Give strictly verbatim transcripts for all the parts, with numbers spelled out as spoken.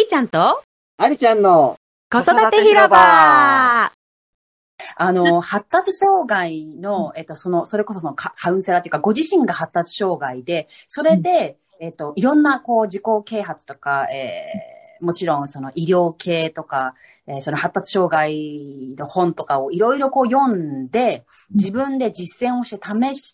ちゃんとありちゃんの子育て広場。 あの、発達障害の、えっと、その、それこそそのカ、カウンセラーというか、ご自身が発達障害で、それで、うん、えっと、いろんな、こう、自己啓発とか、えー、もちろん、その、医療系とか、えー、その発達障害の本とかをいろいろこう読んで、自分で実践をして試して、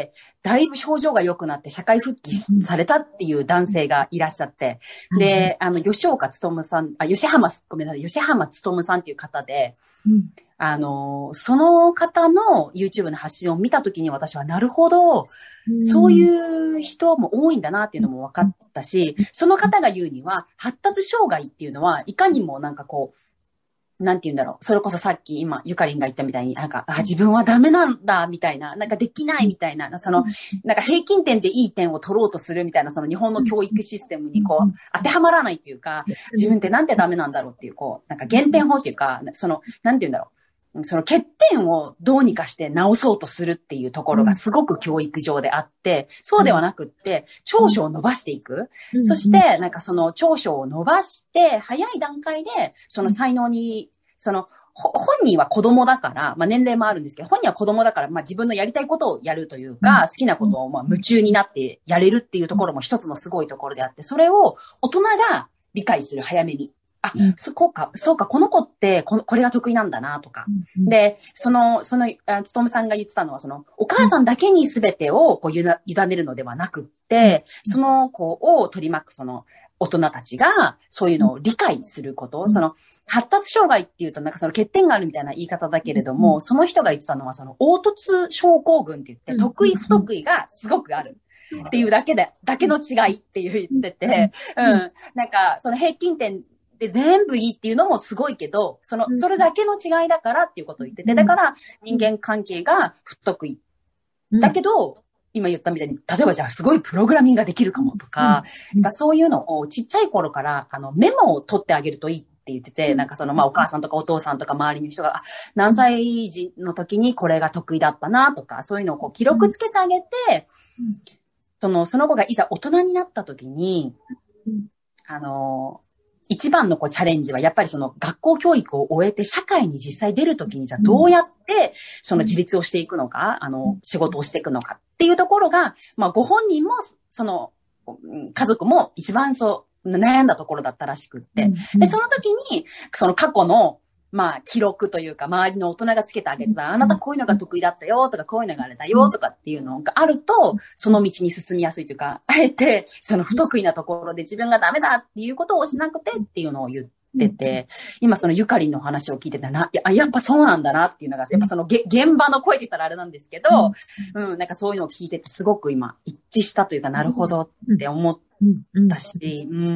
だいぶ症状が良くなって社会復帰されたっていう男性がいらっしゃって、で、あの、吉岡努さん、あ、吉浜、ごめんなさい、吉浜努さんっていう方で、うんあの、その方の YouTube の発信を見たときに私はなるほど、うん、そういう人も多いんだなっていうのも分かったし、その方が言うには、発達障害っていうのは、いかにもなんかこう、なんて言うんだろう。それこそさっき今、ゆかりんが言ったみたいに、なんか、あ、自分はダメなんだ、みたいな、なんかできないみたいな、その、なんか平均点でいい点を取ろうとするみたいな、その日本の教育システムにこう、当てはまらないというか、自分ってなんてダメなんだろうっていう、こう、なんか減点法っていうか、その、なんて言うんだろう。その欠点をどうにかして直そうとするっていうところがすごく教育上であって、そうではなくって、長所を伸ばしていく。そして、なんかその長所を伸ばして、早い段階で、その才能に、その、本人は子供だから、まあ年齢もあるんですけど、本人は子供だから、まあ自分のやりたいことをやるというか、好きなことをまあ夢中になってやれるっていうところも一つのすごいところであって、それを大人が理解する、早めに。あ、そこか、そうか、この子ってこの、これが得意なんだな、とか。で、その、その、つとむさんが言ってたのは、その、お母さんだけに全てをこうゆだ、委ねるのではなくって、その子を取り巻く、その、大人たちが、そういうのを理解すること、その、発達障害っていうと、なんかその欠点があるみたいな言い方だけれども、その人が言ってたのは、その、凹凸症候群って言って、得意不得意がすごくある。っていうだけで、だけの違いっていう言ってて、うん。なんか、その平均点、で、全部いいっていうのもすごいけど、その、それだけの違いだからっていうことを言ってて、だから人間関係が不得意。だけど、今言ったみたいに、例えばじゃあすごいプログラミングができるかもとか、なんかそういうのをちっちゃい頃から、あの、メモを取ってあげるといいって言ってて、なんかその、まあお母さんとかお父さんとか周りの人が、何歳児の時にこれが得意だったなとか、そういうのをこう記録つけてあげて、その、その子がいざ大人になった時に、あの、一番のこうチャレンジはやっぱりその学校教育を終えて社会に実際出るときにじゃあどうやってその自立をしていくのか、あの仕事をしていくのかっていうところが、まあご本人もその家族も一番そう悩んだところだったらしくって。で、その時にその過去のまあ記録というか周りの大人がつけてあげてた、あなたこういうのが得意だったよとかこういうのがあれだよとかっていうのがあると、その道に進みやすいというか、あえてその不得意なところで自分がダメだっていうことをしなくてっていうのを言ってて、今そのゆかりんの話を聞いてたな、や、やっぱそうなんだなっていうのが、やっぱそのげ現場の声って言ったらあれなんですけど、うん、なんかそういうのを聞いててすごく今一致したというか、なるほどって思ったし、うん。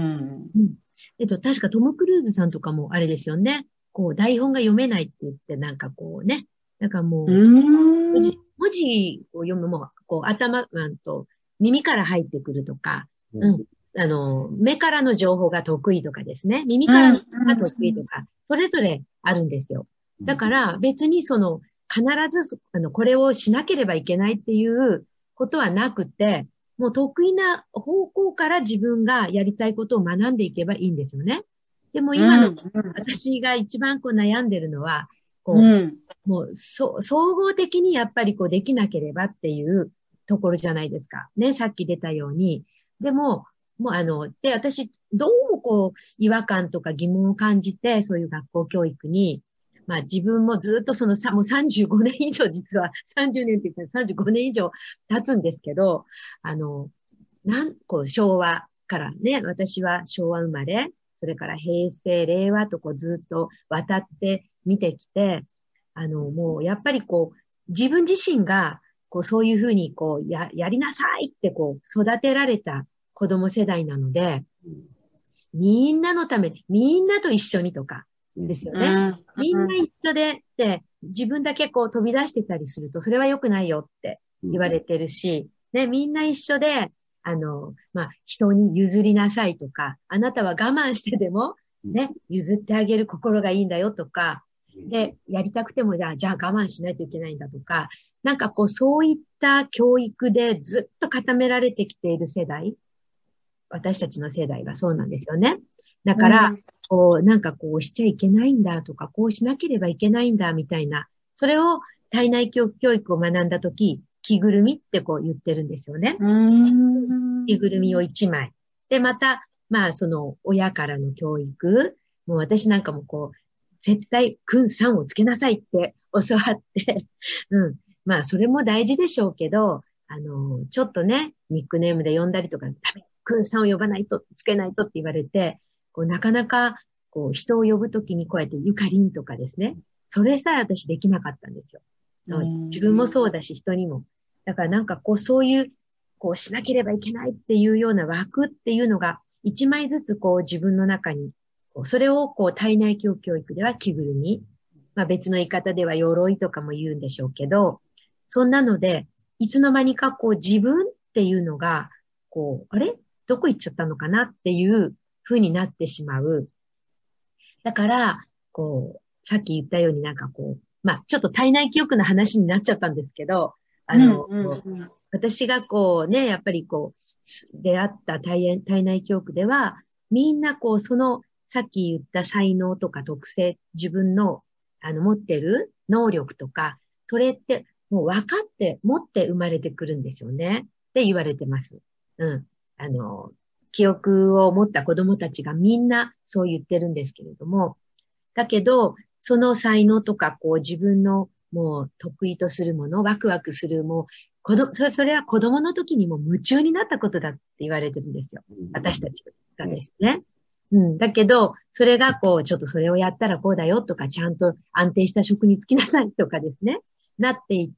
えっと、確かトム・クルーズさんとかもあれですよね。こう、台本が読めないって言って、なんかこうね、なんかもう、文字、文字を読むも、こう、頭、なんと、耳から入ってくるとか、うん、あの、目からの情報が得意とかですね、耳からの情報が得意とか、それぞれあるんですよ。だから、別にその、必ず、あの、これをしなければいけないっていうことはなくて、もう得意な方向から自分がやりたいことを学んでいけばいいんですよね。でも今の私が一番こう悩んでるのは、こう、うん、もうそ総合的にやっぱりこうできなければっていうところじゃないですか。ね、さっき出たように。でも、もうあの、で、私、どうもこう、違和感とか疑問を感じて、そういう学校教育に、まあ自分もずっとそのさ、もうさんじゅうごねん以上実は、さんじゅうねんって言ってさんじゅうごねん以上経つんですけど、あの、なん、こう昭和からね、私は昭和生まれ、それから平成、令和とこうずっと渡って見てきて、あの、もうやっぱりこう、自分自身が、こうそういうふうにこう、や、やりなさいってこう、育てられた子供世代なので、みんなのために、みんなと一緒にとか、ですよね。みんな一緒で、で、自分だけこう飛び出してたりすると、それは良くないよって言われてるし、ね、みんな一緒で、あの、まあ、人に譲りなさいとか、あなたは我慢してでも、ね、譲ってあげる心がいいんだよとか、で、やりたくても、じゃあ、じゃあ我慢しないといけないんだとか、なんかこう、そういった教育でずっと固められてきている世代、私たちの世代がそうなんですよね。 だから、 うん、 こう、なんかこうしちゃいけないんだとか、こうしなければいけないんだみたいな、それを体内教育を学んだとき、着ぐるみってこう言ってるんですよね。 うーん。 着ぐるみを一枚。で、また、まあ、その、親からの教育。もう私なんかもこう、絶対、くんさんをつけなさいって教わって、うん。まあ、それも大事でしょうけど、あの、ちょっとね、ニックネームで呼んだりとか、ダメ、くんさんを呼ばないと、つけないとって言われて、こう、なかなか、こう、人を呼ぶときにこうやってゆかりんとかですね。それさえ私できなかったんですよ。自分もそうだし、人にも。だからなんかこう、そういう、こうしなければいけないっていうような枠っていうのが、一枚ずつこう自分の中に、こうそれをこう体内教育では着ぐるみ、まあ別の言い方では鎧とかも言うんでしょうけど、そんなので、いつの間にかこう自分っていうのが、こう、あれどこ行っちゃったのかなっていう風になってしまう。だから、こう、さっき言ったようになんかこう、まあちょっと体内記憶の話になっちゃったんですけど、あの、 うんうんうん、 私がこうね、やっぱりこう、出会った体、体内教育では、みんなこう、その、さっき言った才能とか特性、自分の、あの、持ってる能力とか、それってもう分かって、持って生まれてくるんですよね。って言われてます。うん。あの、記憶を持った子供たちがみんなそう言ってるんですけれども、だけど、その才能とか、こう自分のもう得意とするもの、ワクワクするもう、子供、それ、それは子供の時にも夢中になったことだって言われてるんですよ。私たちがですね。うん。だけど、それがこう、ちょっとそれをやったらこうだよとか、ちゃんと安定した職に就きなさいとかですね。なっていって、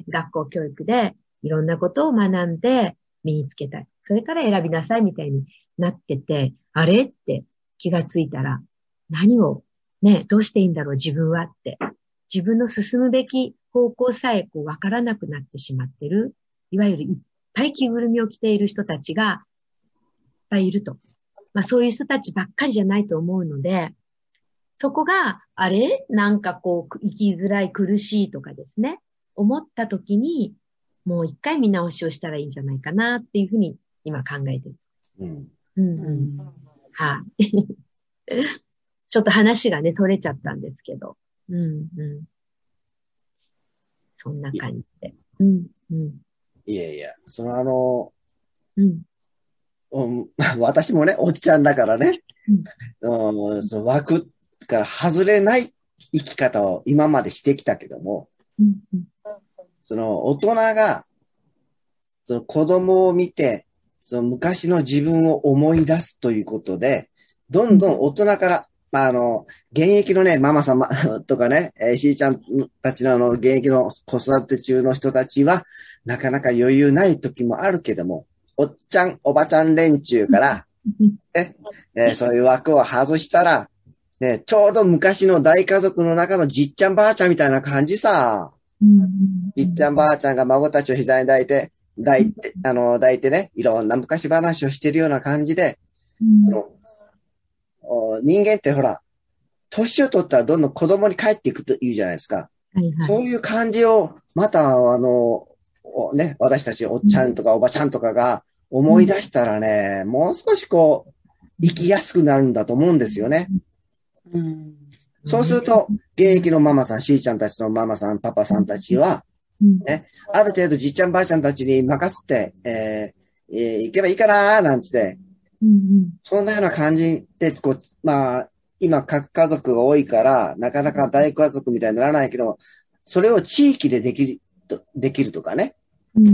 学校教育でいろんなことを学んで身につけたい。それから選びなさいみたいになってて、あれって気がついたら、何をね、どうしていいんだろう自分はって。自分の進むべき方向さえこう分からなくなってしまってる。いわゆるいっぱい着ぐるみを着ている人たちがいっぱいいると。まあそういう人たちばっかりじゃないと思うので、そこが、あれなんかこう、生きづらい苦しいとかですね。思った時に、もう一回見直しをしたらいいんじゃないかなっていうふうに今考えてる。うん。うんうん。はい。ちょっと話がね、取れちゃったんですけど。うんうん。そんな感じで。うん、うん。 いやいや、そのあの、 うん。 うん、私もね、おっちゃんだからね、 うん、 うん、その枠から外れない生き方を今までしてきたけども、 うんうん、 その大人が、その子供を見て、その昔の自分を思い出すということで、どんどん大人から、まあ、あの、現役のね、ママ様とかね、えー、しーちゃんたちのあの、現役の子育て中の人たちは、なかなか余裕ない時もあるけども、おっちゃん、おばちゃん連中から、ね、えー、そういう枠を外したら、ね、ちょうど昔の大家族の中のじっちゃんばあちゃんみたいな感じさ。じっちゃんばあちゃんが孫たちを膝に抱いて、抱いて、あの、抱いてね、いろんな昔話をしてるような感じで、あの人間ってほら、年を取ったらどんどん子供に帰っていくといいじゃないですか。はいはい、そういう感じを、また、あの、ね、私たちおっちゃんとかおばちゃんとかが思い出したらね、もう少しこう、生きやすくなるんだと思うんですよね。うん、そうすると、現役のママさん、しーちゃんたちのママさん、パパさんたちは、ね、ある程度じっちゃんばあちゃんたちに任せて、えーえー、行けばいいかなーなんつって、うんうん、そんなような感じで、こう、まあ、今、各家族が多いから、なかなか大家族みたいにならないけど、それを地域でできる、できるとかね。うんうん、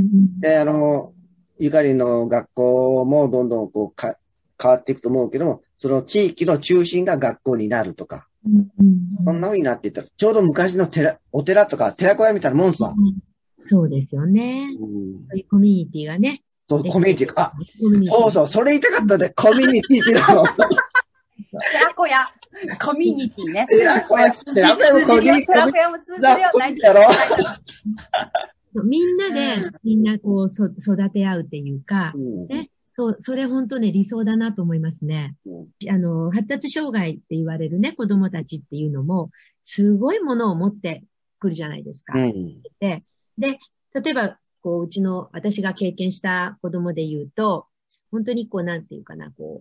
で、あの、ゆかりの学校もどんどんこうか変わっていくと思うけども、その地域の中心が学校になるとか、うんうんうん、そんな風になっていったら、ちょうど昔の寺、お寺とか寺子屋みたいなもんさ。 うん、そうですよね。うん、そういうコミュニティがね。 そう、コミュニティか。あ、そうそう、それ言いたかったで、コミュニティっていうの。 寺子屋、コミュニティね。 寺子屋、寺子屋もコミュニティ。 寺子屋も通じるよ、大事だろ。 みんなで、うん、みんなこうそ、育て合うっていうか、うん、ね。そう、それ本当ね、理想だなと思いますね。うん、あの、発達障害って言われるね、子供たちっていうのも、すごいものを持ってくるじゃないですか。うん、で、で、例えば、こう、うちの、私が経験した子供で言うと、本当にこう、なんていうかな、こう、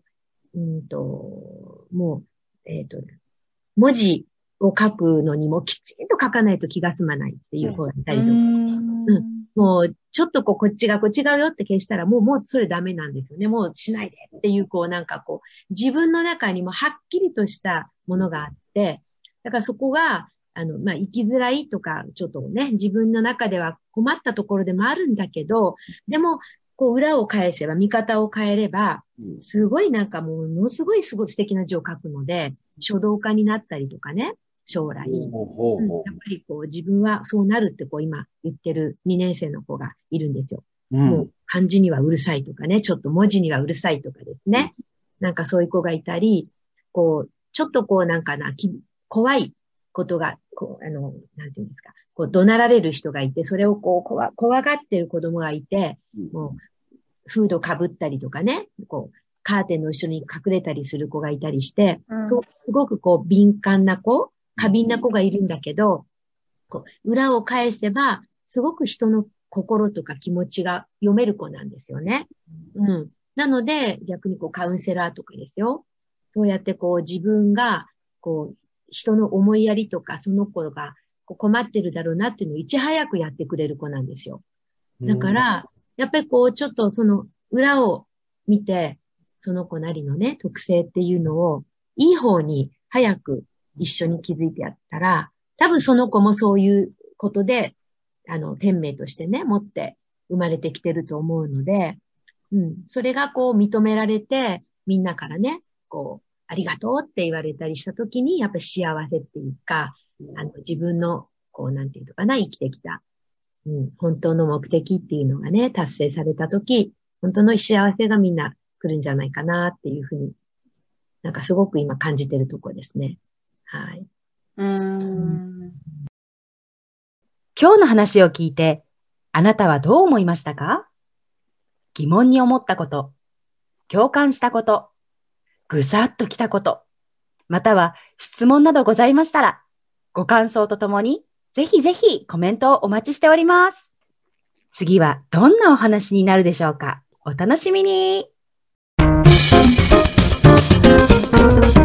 うんと、もう、えっと、文字を書くのにもきちんと書かないと気が済まないっていう子がいたりとか、うん、もう、ちょっとこう、こっちがこう違うよって消したら、もう、もうそれダメなんですよね。もうしないでっていう、こう、なんかこう、自分の中にもはっきりとしたものがあって、だからそこが、あの、まあ、生きづらいとか、ちょっとね、自分の中では困ったところでもあるんだけど、でも、こう、裏を返せば、見方を変えれば、すごいなんかものすごいすごい素敵な字を書くので、書道家になったりとかね、将来。うん、やっぱりこう、自分はそうなるってこう、今言ってるにねん生の子がいるんですよ。うん、もう、漢字にはうるさいとかね、ちょっと文字にはうるさいとかですね。なんかそういう子がいたり、こう、ちょっとこうなんかな、き怖いことが、こう、あの、なんていうんですか、こう、怒鳴られる人がいて、それをこう、怖、怖がってる子供がいて、もう、フード被ったりとかね、こう、カーテンの後ろに隠れたりする子がいたりして、うん、そう、すごくこう、敏感な子、過敏な子がいるんだけど、こう、裏を返せば、すごく人の心とか気持ちが読める子なんですよね。うん。なので、逆にこう、カウンセラーとかですよ。そうやってこう、自分が、こう、人の思いやりとか、その子がこう困ってるだろうなっていうのをいち早くやってくれる子なんですよ。だから、やっぱりこう、ちょっとその裏を見て、その子なりのね、特性っていうのを、いい方に早く一緒に気づいてやったら、多分その子もそういうことで、あの、天命としてね、持って生まれてきてると思うので、うん、それがこう認められて、みんなからね、こう、ありがとうって言われたりしたときに、やっぱり幸せっていうか、あの、自分の、こう、なんていうのかな、生きてきた、うん、本当の目的っていうのがね、達成されたとき、本当の幸せがみんな来るんじゃないかなっていうふうに、なんかすごく今感じてるところですね。はい。 うーん。 今日の話を聞いて、あなたはどう思いましたか？疑問に思ったこと、共感したこと、ぐさっときたこと、または質問などございましたら、ご感想とともに、ぜひぜひコメントをお待ちしております。次はどんなお話になるでしょうか？お楽しみに。